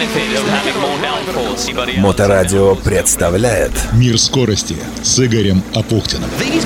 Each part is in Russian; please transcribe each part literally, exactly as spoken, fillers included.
Моторадио представляет «Мир скорости» с Игорем Апухтиным.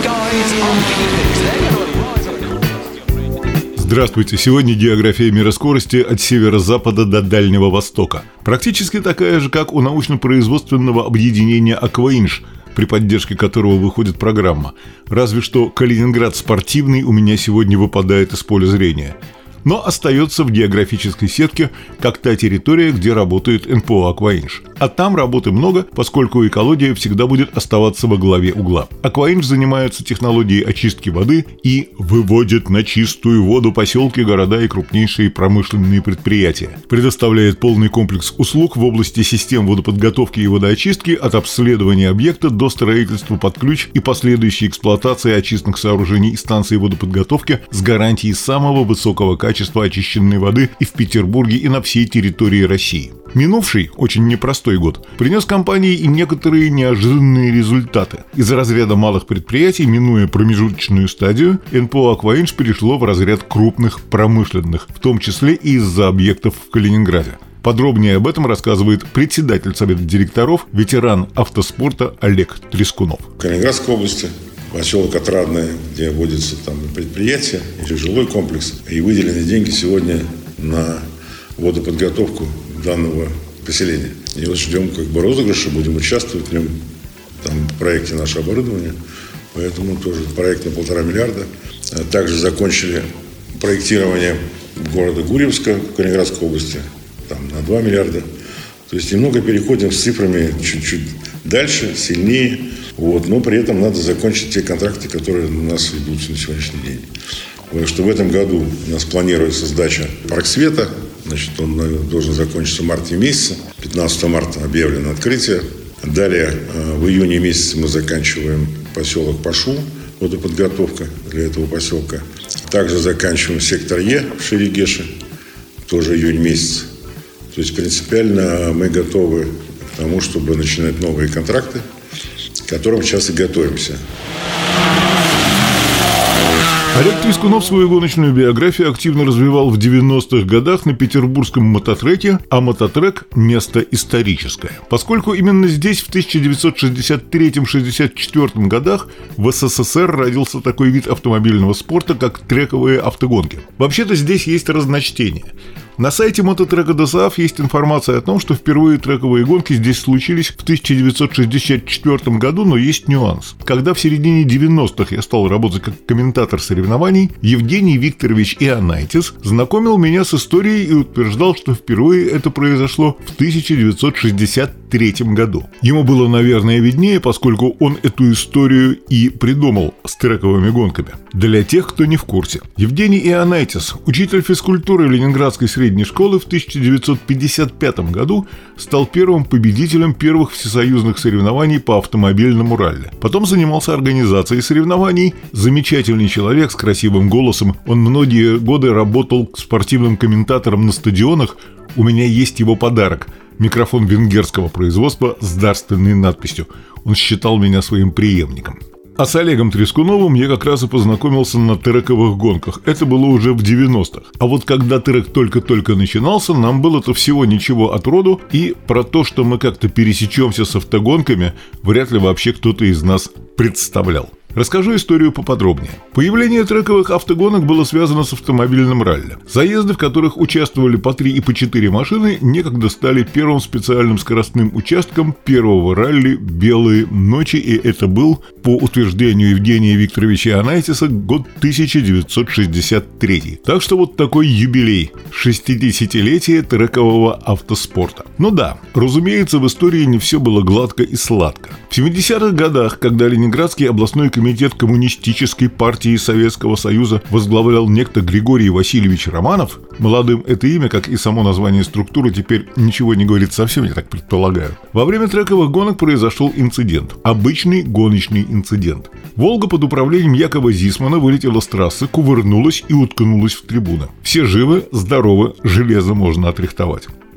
Здравствуйте! Сегодня география мира скорости от северо-запада до Дальнего Востока. Практически такая же, как у научно-производственного объединения «Акваинж», при поддержке которого выходит программа. Разве что Калининград спортивный у меня сегодня выпадает из поля зрения. Но остается в географической сетке как та территория, где работает эн пэ о «Акваинж». А там работы много, поскольку экология всегда будет оставаться во главе угла. «Акваинж» занимается технологией очистки воды и выводит на чистую воду поселки, города и крупнейшие промышленные предприятия. Предоставляет полный комплекс услуг в области систем водоподготовки и водоочистки от обследования объекта до строительства под ключ и последующей эксплуатации очистных сооружений и станций водоподготовки с гарантией самого высокого качества качества очищенной воды и в Петербурге, и на всей территории России. Минувший, очень непростой год, принес компании и некоторые неожиданные результаты. Из разряда малых предприятий, минуя промежуточную стадию, эн пэ о «Акваинж» перешло в разряд крупных промышленных, в том числе и из-за объектов в Калининграде. Подробнее об этом рассказывает председатель совета директоров, ветеран автоспорта Олег Трескунов. В Калининградской области поселок Отрадное, где водятся там предприятия или жилой комплекс, и выделены деньги сегодня на водоподготовку данного поселения. И вот ждем как бы розыгрыша, будем участвовать в нем, там в проекте наше оборудование, поэтому тоже проект на полтора миллиарда. Также закончили проектирование города Гурьевска в Калининградской области, там на два миллиарда. То есть немного переходим с цифрами чуть-чуть дальше, сильнее. Вот, но при этом надо закончить те контракты, которые у нас идут на сегодняшний день. Потому что в этом году у нас планируется сдача Парксвета. Значит, он должен закончиться в марте месяце. пятнадцатого марта объявлено открытие. Далее в июне месяце мы заканчиваем поселок Пашу, водоподготовка для этого поселка. Также заканчиваем сектор Е в Шерегеше, тоже июнь месяц. То есть принципиально мы готовы к тому, чтобы начинать новые контракты, к которым сейчас и готовимся. Олег Трескунов свою гоночную биографию активно развивал в девяностых годах на петербургском мототреке, а мототрек – место историческое. Поскольку именно здесь в тысяча девятьсот шестьдесят третьем — шестьдесят четвёртом годах в эс эс эс эр родился такой вид автомобильного спорта, как трековые автогонки. Вообще-то здесь есть разночтение. На сайте мототрека дэ эс а эф есть информация о том, что впервые трековые гонки здесь случились в тысяча девятьсот шестьдесят четвёртом году, но есть нюанс. Когда в середине девяностых я стал работать как комментатор соревнований, Евгений Викторович Ионайтис знакомил меня с историей и утверждал, что впервые это произошло в тысяча девятьсот шестьдесят третьем году. Ему было, наверное, виднее, поскольку он эту историю и придумал с трековыми гонками. Для тех, кто не в курсе. Евгений Ионайтис, учитель физкультуры Ленинградской средней школы, в тысяча девятьсот пятьдесят пятом году стал первым победителем первых всесоюзных соревнований по автомобильному ралли. Потом занимался организацией соревнований. Замечательный человек с красивым голосом. Он многие годы работал спортивным комментатором на стадионах. У меня есть его подарок. Микрофон венгерского производства с дарственной надписью. Он считал меня своим преемником. А с Олегом Трескуновым я как раз и познакомился на трековых гонках. Это было уже в девяностых. А вот когда трек только-только начинался, нам было-то всего ничего от роду, и про то, что мы как-то пересечемся с автогонками, вряд ли вообще кто-то из нас представлял. Расскажу историю поподробнее. Появление трековых автогонок было связано с автомобильным ралли. Заезды, в которых участвовали по три и по четыре машины, некогда стали первым специальным скоростным участком первого ралли «Белые ночи», и это был, по утверждению Евгения Викторовича Ионайтиса, год тысяча девятьсот шестьдесят третий. Так что вот такой юбилей – шестидесятилетие трекового автоспорта. Ну да, разумеется, в истории не все было гладко и сладко. В семидесятых годах, когда Ленинградский областной комитет Коммунистической партии Советского Союза возглавлял некто Григорий Васильевич Романов, молодым это имя, как и само название структуры, теперь ничего не говорит совсем, я так предполагаю. Во время трековых гонок произошел инцидент. Обычный гоночный инцидент. «Волга» под управлением Якова Зисмана вылетела с трассы, кувырнулась и уткнулась в трибуны. Все живы, здоровы, железо можно отрихтовать.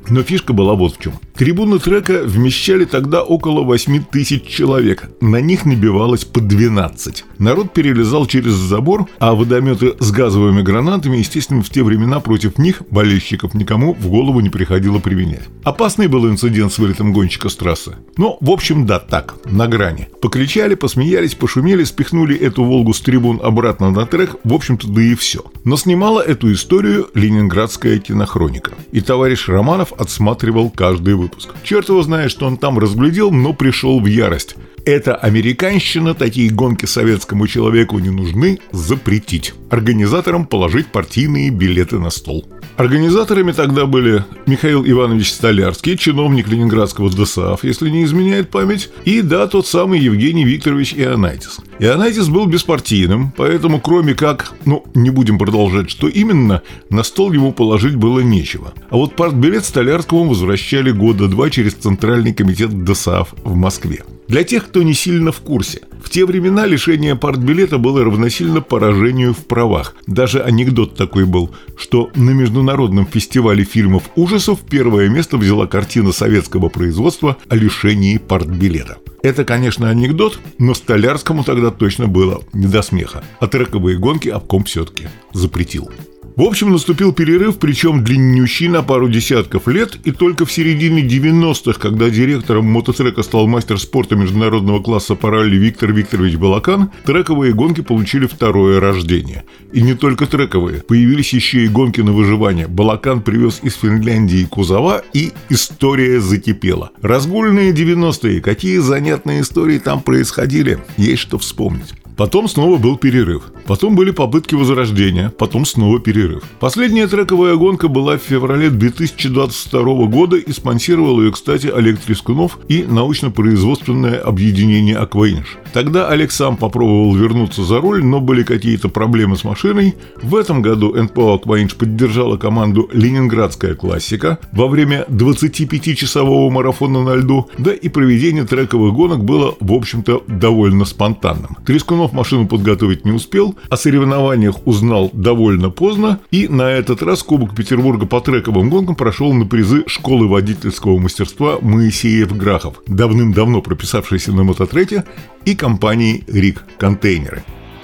Но фишка была вот в чем. Трибуны трека вмещали тогда около восемь тысяч человек. На них набивалось по двенадцать. Народ перелезал через забор, а водометы с газовыми гранатами, естественно, в те времена против них, болельщиков, никому в голову не приходило применять. Опасный был инцидент с вылетом гонщика с трассы. Но, в общем, да, так, на грани. Покричали, посмеялись, пошумели, спихнули эту «Волгу» с трибун обратно на трек, в общем-то, да и все. Но снимала эту историю ленинградская кинохроника. И товарищ Романов отсматривал каждый выпуск. Черт его знает, что он там разглядел, но пришел в ярость. Это американщина, такие гонки советскому человеку не нужны, запретить. Организаторам положить партийные билеты на стол. Организаторами тогда были Михаил Иванович Столярский, чиновник ленинградского ДОСААФ, если не изменяет память, и, да, тот самый Евгений Викторович Ионайтис. Ионайтис был беспартийным, поэтому кроме как, ну, не будем продолжать, что именно, на стол ему положить было нечего. А вот партбилет Столярскому возвращали года два через Центральный комитет ДОСААФ в Москве. Для тех, кто не сильно в курсе, в те времена лишение партбилета было равносильно поражению в правах. Даже анекдот такой был, что на международном фестивале фильмов ужасов первое место взяла картина советского производства о лишении партбилета. Это, конечно, анекдот, но Столярскому тогда точно было не до смеха. А трековые гонки обком все-таки запретил. В общем, наступил перерыв, причем длиннющий на пару десятков лет, и только в середине девяностых, когда директором мототрека стал мастер спорта международного класса по ралли Виктор Викторович Балакан, трековые гонки получили второе рождение. И не только трековые, появились еще и гонки на выживание. Балакан привез из Финляндии кузова, и история закипела. Разгульные девяностые, какие занятные истории там происходили, есть что вспомнить. Потом снова был перерыв. Потом были попытки возрождения. Потом снова перерыв. Последняя трековая гонка была в феврале две тысячи двадцать второго года, и спонсировал ее, кстати, Олег Трескунов и научно-производственное объединение «Акваинж». Тогда Олег сам попробовал вернуться за руль, но были какие-то проблемы с машиной. В этом году эн пэ о «Акваинж» поддержала команду «Ленинградская классика» во время двадцатипятичасового марафона на льду, да и проведение трековых гонок было, в общем-то, довольно спонтанным. Трескунов машину подготовить не успел, о соревнованиях узнал довольно поздно, и на этот раз Кубок Петербурга по трековым гонкам прошел на призы школы водительского мастерства Моисеев-Грахов, давным-давно прописавшейся на мототреке, и компании «Рик Контейнеры».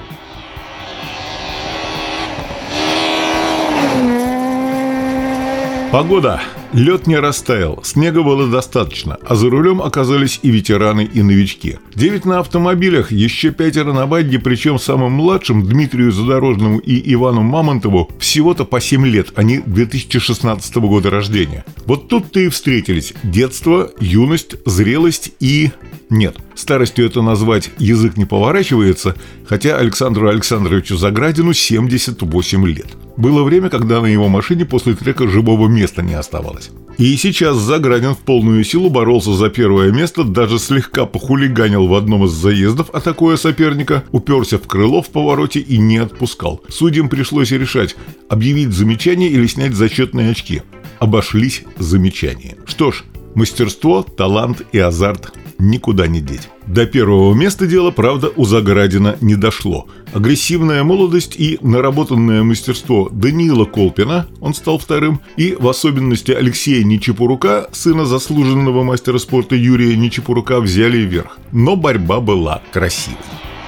Погода. Лед не растаял, снега было достаточно, а за рулем оказались и ветераны, и новички. Девять на автомобилях, еще пятеро на багги, причем самым младшим, Дмитрию Задорожному и Ивану Мамонтову, всего-то по семь лет, они две тысячи шестнадцатого года рождения. Вот тут-то и встретились детство, юность, зрелость и... Нет, старостью это назвать язык не поворачивается, хотя Александру Александровичу Заградину семьдесят восемь лет. Было время, когда на его машине после трека живого места не оставалось. И сейчас Заградин в полную силу боролся за первое место, даже слегка похулиганил в одном из заездов, атакуя соперника, уперся в крыло в повороте и не отпускал. Судьям пришлось решать, объявить замечание или снять зачетные очки. Обошлись замечанием. Что ж, мастерство, талант и азарт никуда не деть. До первого места дело, правда, у Заградина не дошло. Агрессивная молодость и наработанное мастерство Даниила Колпина, он стал вторым, и в особенности Алексея Нечепорука, сына заслуженного мастера спорта Юрия Нечепорука, взяли вверх. Но борьба была красивой.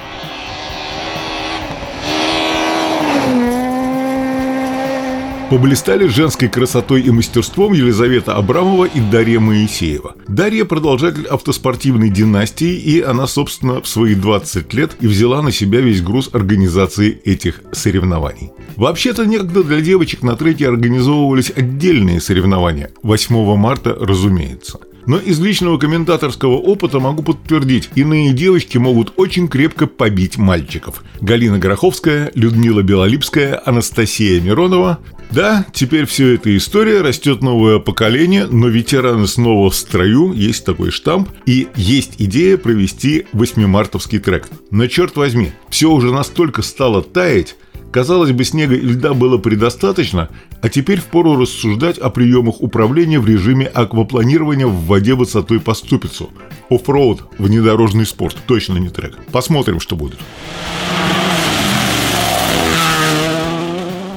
Поблистали женской красотой и мастерством Елизавета Абрамова и Дарья Моисеева. Дарья – продолжатель автоспортивной династии, и она, собственно, в свои двадцать лет и взяла на себя весь груз организации этих соревнований. Вообще-то некогда для девочек на треке организовывались отдельные соревнования. восьмого марта, разумеется. Но из личного комментаторского опыта могу подтвердить, иные девочки могут очень крепко побить мальчиков. Галина Гороховская, Людмила Белолипская, Анастасия Миронова. Да, теперь все это история, растет новое поколение, но ветераны снова в строю, есть такой штамп, и есть идея провести восьмимартовский трек. Но черт возьми, все уже настолько стало таять. Казалось бы, снега и льда было предостаточно, а теперь впору рассуждать о приемах управления в режиме аквапланирования в воде высотой по ступицу. Оффроуд, внедорожный спорт, точно не трек. Посмотрим, что будет.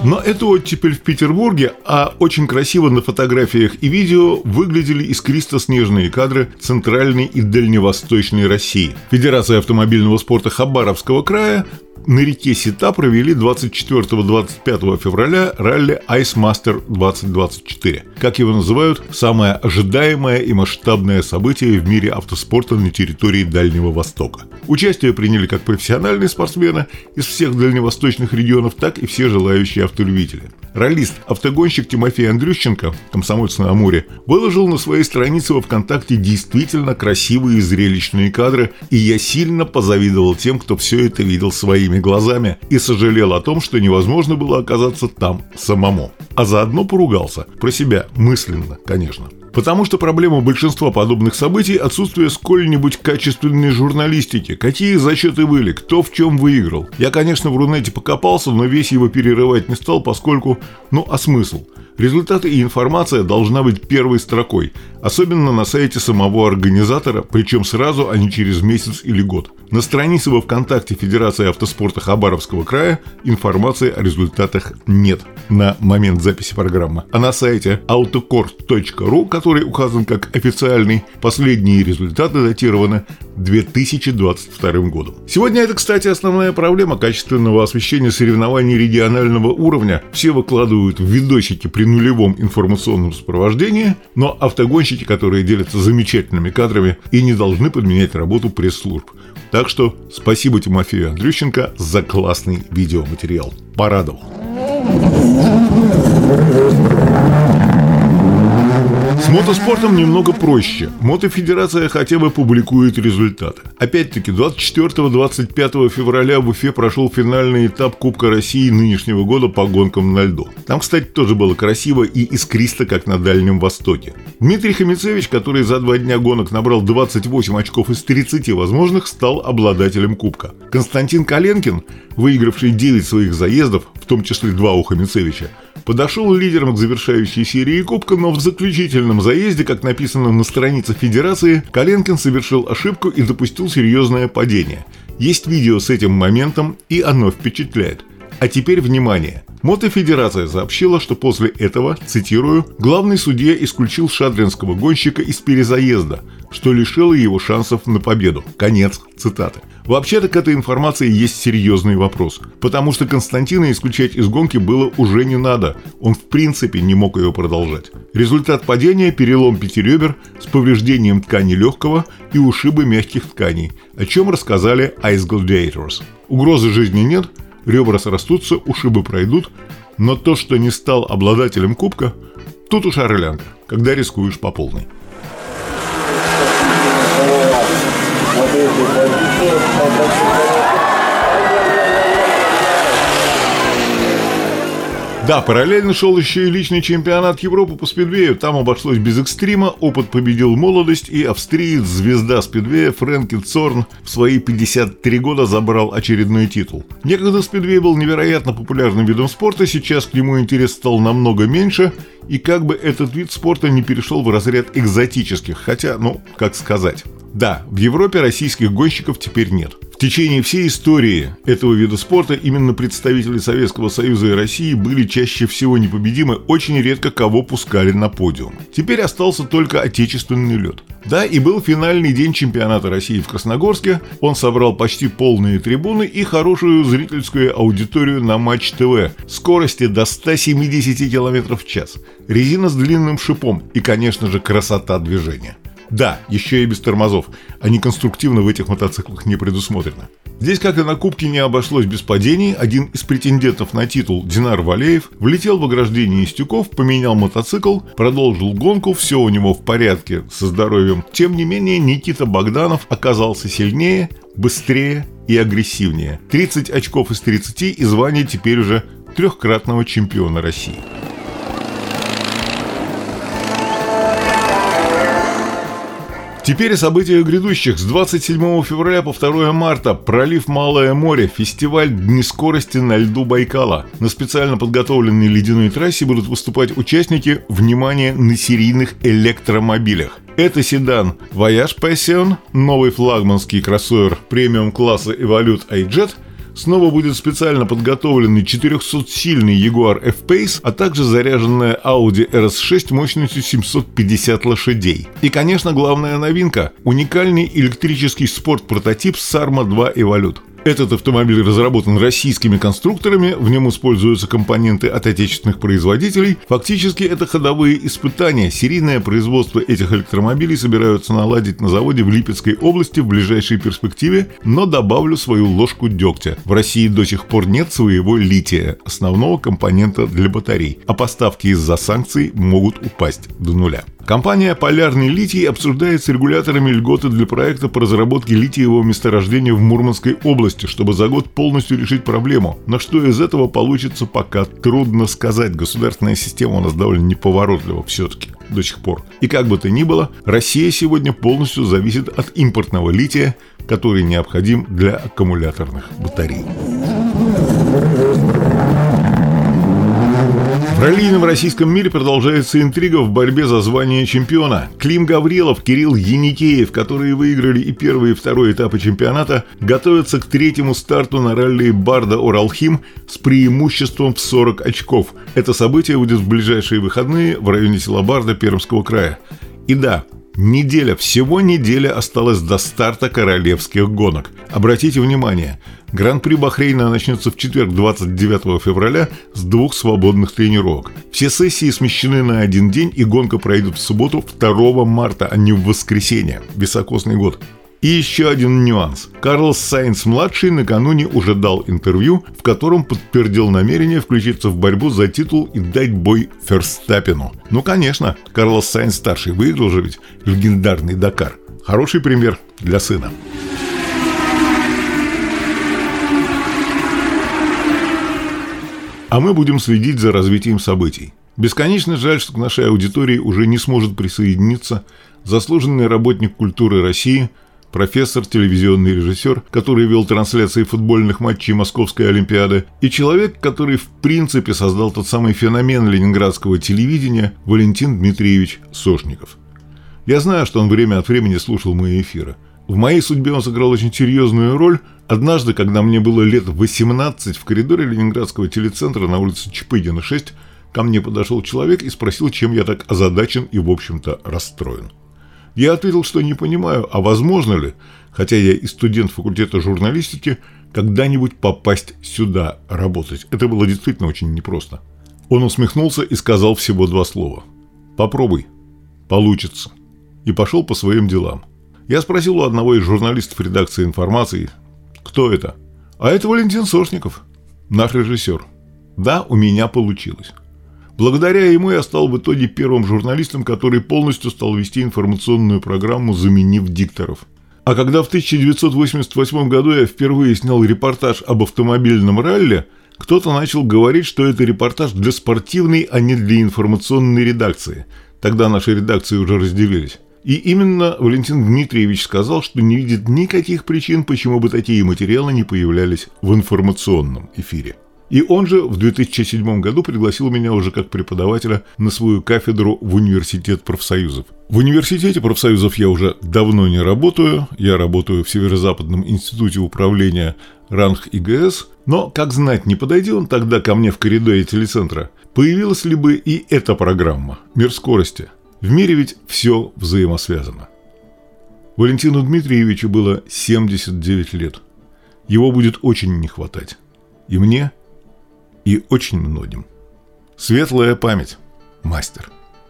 Но это оттепель в Петербурге, а очень красиво на фотографиях и видео выглядели искристо-снежные кадры центральной и дальневосточной России. Федерация автомобильного спорта Хабаровского края на реке Сита провели двадцать четвёртого — двадцать пятого февраля ралли Ice Master двадцать двадцать четыре. Как его называют, самое ожидаемое и масштабное событие в мире автоспорта на территории Дальнего Востока. Участие приняли как профессиональные спортсмены из всех дальневосточных регионов, так и все желающие автолюбители. Раллист-автогонщик Тимофей Андрющенко, комсомолец на Амуре, выложил на своей странице во ВКонтакте действительно красивые и зрелищные кадры, и я сильно позавидовал тем, кто все это видел своими глазами и сожалел о том, что невозможно было оказаться там самому. А заодно поругался. Про себя, мысленно, конечно. Потому что проблема большинства подобных событий – отсутствие сколь-нибудь качественной журналистики. Какие зачеты были, кто в чем выиграл. Я, конечно, в Рунете покопался, но весь его перерывать не стал, поскольку… Ну, а смысл? Результаты и информация должна быть первой строкой, особенно на сайте самого организатора, причем сразу, а не через месяц или год. На странице во ВКонтакте Федерации автоспорта Хабаровского края информации о результатах нет на момент записи программы. А на сайте autokort точка ру, который указан как официальный, последние результаты датированы две тысячи двадцать вторым годом. Сегодня это, кстати, основная проблема качественного освещения соревнований регионального уровня. Все выкладывают видосики при нулевом информационном сопровождении, но автогонщики, которые делятся замечательными кадрами, и не должны подменять работу пресс-служб. Так что спасибо Тимофею Андрющенко за классный видеоматериал. Порадовал. С мотоспортом немного проще. Мотофедерация хотя бы публикует результаты. Опять-таки, двадцать четвёртого — двадцать пятого февраля в Уфе прошел финальный этап Кубка России нынешнего года по гонкам на льду. Там, кстати, тоже было красиво и искристо, как на Дальнем Востоке. Дмитрий Хомицевич, который за два дня гонок набрал двадцать восемь очков из тридцати возможных, стал обладателем Кубка. Константин Коленкин, выигравший девять своих заездов, в том числе два у Хомицевича, подошел лидером к завершающей серии Кубка, но в заключительном заезде, как написано на странице Федерации, Коленкин совершил ошибку и допустил серьезное падение. Есть видео с этим моментом, и оно впечатляет. А теперь внимание. Мотофедерация сообщила, что после этого, цитирую, главный судья исключил шадринского гонщика из перезаезда, что лишило его шансов на победу. Конец цитаты. Вообще-то к этой информации есть серьезный вопрос, потому что Константина исключать из гонки было уже не надо, он в принципе не мог ее продолжать. Результат падения – перелом пяти ребер с повреждением ткани легкого и ушибы мягких тканей, о чем рассказали Ice Gladiators. Угрозы жизни нет, ребра срастутся, ушибы пройдут, но то, что не стал обладателем кубка, тут уж орлянка, когда рискуешь по полной. Да, параллельно шел еще и личный чемпионат Европы по спидвею. Там обошлось без экстрима, опыт победил молодость, и австриец, звезда спидвея Фрэнки Цорн в свои пятьдесят три года забрал очередной титул. Некогда спидвей был невероятно популярным видом спорта, сейчас к нему интерес стал намного меньше, и как бы этот вид спорта не перешел в разряд экзотических, хотя, ну, как сказать. Да, в Европе российских гонщиков теперь нет. В течение всей истории этого вида спорта именно представители Советского Союза и России были чаще всего непобедимы, очень редко кого пускали на подиум. Теперь остался только отечественный лед. Да, и был финальный день чемпионата России в Красногорске, он собрал почти полные трибуны и хорошую зрительскую аудиторию на Матч ТВ, скорости до ста семидесяти километров в час, резина с длинным шипом и, конечно же, красота движения. Да, еще и без тормозов. Они конструктивно в этих мотоциклах не предусмотрены. Здесь, как и на Кубке, не обошлось без падений. Один из претендентов на титул, Динар Валеев, влетел в ограждение Истюков, поменял мотоцикл, продолжил гонку, все у него в порядке со здоровьем. Тем не менее, Никита Богданов оказался сильнее, быстрее и агрессивнее. тридцать очков из тридцати и звание теперь уже трехкратного чемпиона России. Теперь о событиях грядущих. С двадцать седьмого февраля по второго марта пролив Малое море, фестиваль «Дни скорости» на льду Байкала. На специально подготовленной ледяной трассе будут выступать участники, внимание, на серийных электромобилях. Это седан Voyage Passion, новый флагманский кроссовер премиум-класса Evolute iJet, снова будет специально подготовленный четырехсотсильный Jaguar F-Pace, а также заряженная Audi эр эс шесть мощностью семьсот пятьдесят лошадей. И, конечно, главная новинка – уникальный электрический спорт-прототип Sarma два Evolute. Этот автомобиль разработан российскими конструкторами, в нем используются компоненты от отечественных производителей. Фактически это ходовые испытания. Серийное производство этих электромобилей собираются наладить на заводе в Липецкой области в ближайшей перспективе, но добавлю свою ложку дегтя. В России до сих пор нет своего лития, основного компонента для батарей, а поставки из-за санкций могут упасть до нуля. Компания «Полярный литий» обсуждает с регуляторами льготы для проекта по разработке литиевого месторождения в Мурманской области, чтобы за год полностью решить проблему. Но что из этого получится, пока трудно сказать. Государственная система у нас довольно неповоротлива все-таки до сих пор. И как бы то ни было, Россия сегодня полностью зависит от импортного лития, который необходим для аккумуляторных батарей. В раллийном российском мире продолжается интрига в борьбе за звание чемпиона. Клим Гаврилов, Кирилл Еникеев, которые выиграли и первый, и второй этапы чемпионата, готовятся к третьему старту на ралли Барда-Уралхим с преимуществом в сорок очков. Это событие будет в ближайшие выходные в районе села Барда Пермского края. И да, неделя, всего неделя осталась до старта королевских гонок. Обратите внимание, Гран-при Бахрейна начнется в четверг, двадцать девятого февраля, с двух свободных тренировок. Все сессии смещены на один день, и гонка пройдет в субботу, второго марта, а не в воскресенье. Високосный год. И еще один нюанс. Карлос Сайнц-младший накануне уже дал интервью, в котором подтвердил намерение включиться в борьбу за титул и дать бой Ферстаппену. Ну, конечно, Карлос Сайнц-старший выиграл же ведь легендарный Дакар. Хороший пример для сына. А мы будем следить за развитием событий. Бесконечно жаль, что к нашей аудитории уже не сможет присоединиться заслуженный работник культуры России, профессор, телевизионный режиссер, который вел трансляции футбольных матчей Московской Олимпиады, и человек, который в принципе создал тот самый феномен ленинградского телевидения, Валентин Дмитриевич Сошников. Я знаю, что он время от времени слушал мои эфиры. В моей судьбе он сыграл очень серьезную роль. Однажды, когда мне было лет восемнадцать, в коридоре ленинградского телецентра на улице Чапыгина, шесть, ко мне подошел человек и спросил, чем я так озадачен и, в общем-то, расстроен. Я ответил, что не понимаю, а возможно ли, хотя я и студент факультета журналистики, когда-нибудь попасть сюда работать. Это было действительно очень непросто. Он усмехнулся и сказал всего два слова. «Попробуй. Получится». И пошел по своим делам. Я спросил у одного из журналистов редакции «Информации», кто это? А это Валентин Сошников, наш режиссер. Да, у меня получилось. Благодаря ему я стал в итоге первым журналистом, который полностью стал вести информационную программу, заменив дикторов. А когда в тысяча девятьсот восемьдесят восьмом году я впервые снял репортаж об автомобильном ралли, кто-то начал говорить, что это репортаж для спортивной, а не для информационной редакции. Тогда наши редакции уже разделились. И именно Валентин Дмитриевич сказал, что не видит никаких причин, почему бы такие материалы не появлялись в информационном эфире. И он же в две тысячи седьмом году пригласил меня уже как преподавателя на свою кафедру в университет профсоюзов. В университете профсоюзов я уже давно не работаю, я работаю в Северо-Западном институте управления РАНХ ИГС, но, как знать, не подойди он тогда ко мне в коридоре телецентра, появилась ли бы и эта программа «Мир скорости». В мире ведь все взаимосвязано. Валентину Дмитриевичу было семьдесят девять лет. Его будет очень не хватать. И мне, и очень многим. Светлая память, мастер.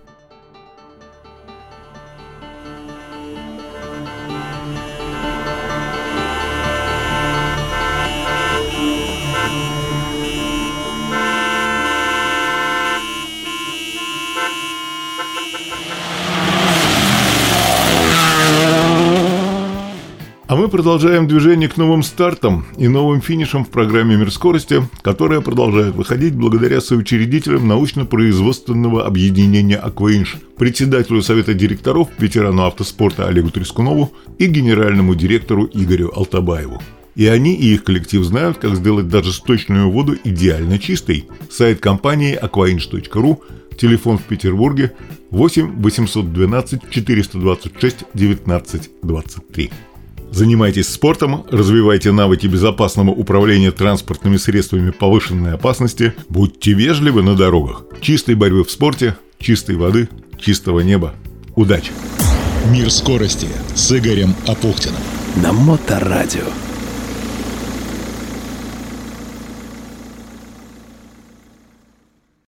А мы продолжаем движение к новым стартам и новым финишам в программе «Мир скорости», которая продолжает выходить благодаря соучредителям научно-производственного объединения «Акваинж», председателю совета директоров, ветерану автоспорта Олегу Трескунову и генеральному директору Игорю Алтабаеву. И они, и их коллектив знают, как сделать даже сточную воду идеально чистой. Сайт компании акваинж точка ру, телефон в Петербурге восемь восемьсот двенадцать четыреста двадцать шесть девятнадцать двадцать три. Занимайтесь спортом, развивайте навыки безопасного управления транспортными средствами повышенной опасности, будьте вежливы на дорогах. Чистой борьбы в спорте, чистой воды, чистого неба. Удачи! Мир скорости с Игорем Апухтиным на Моторадио.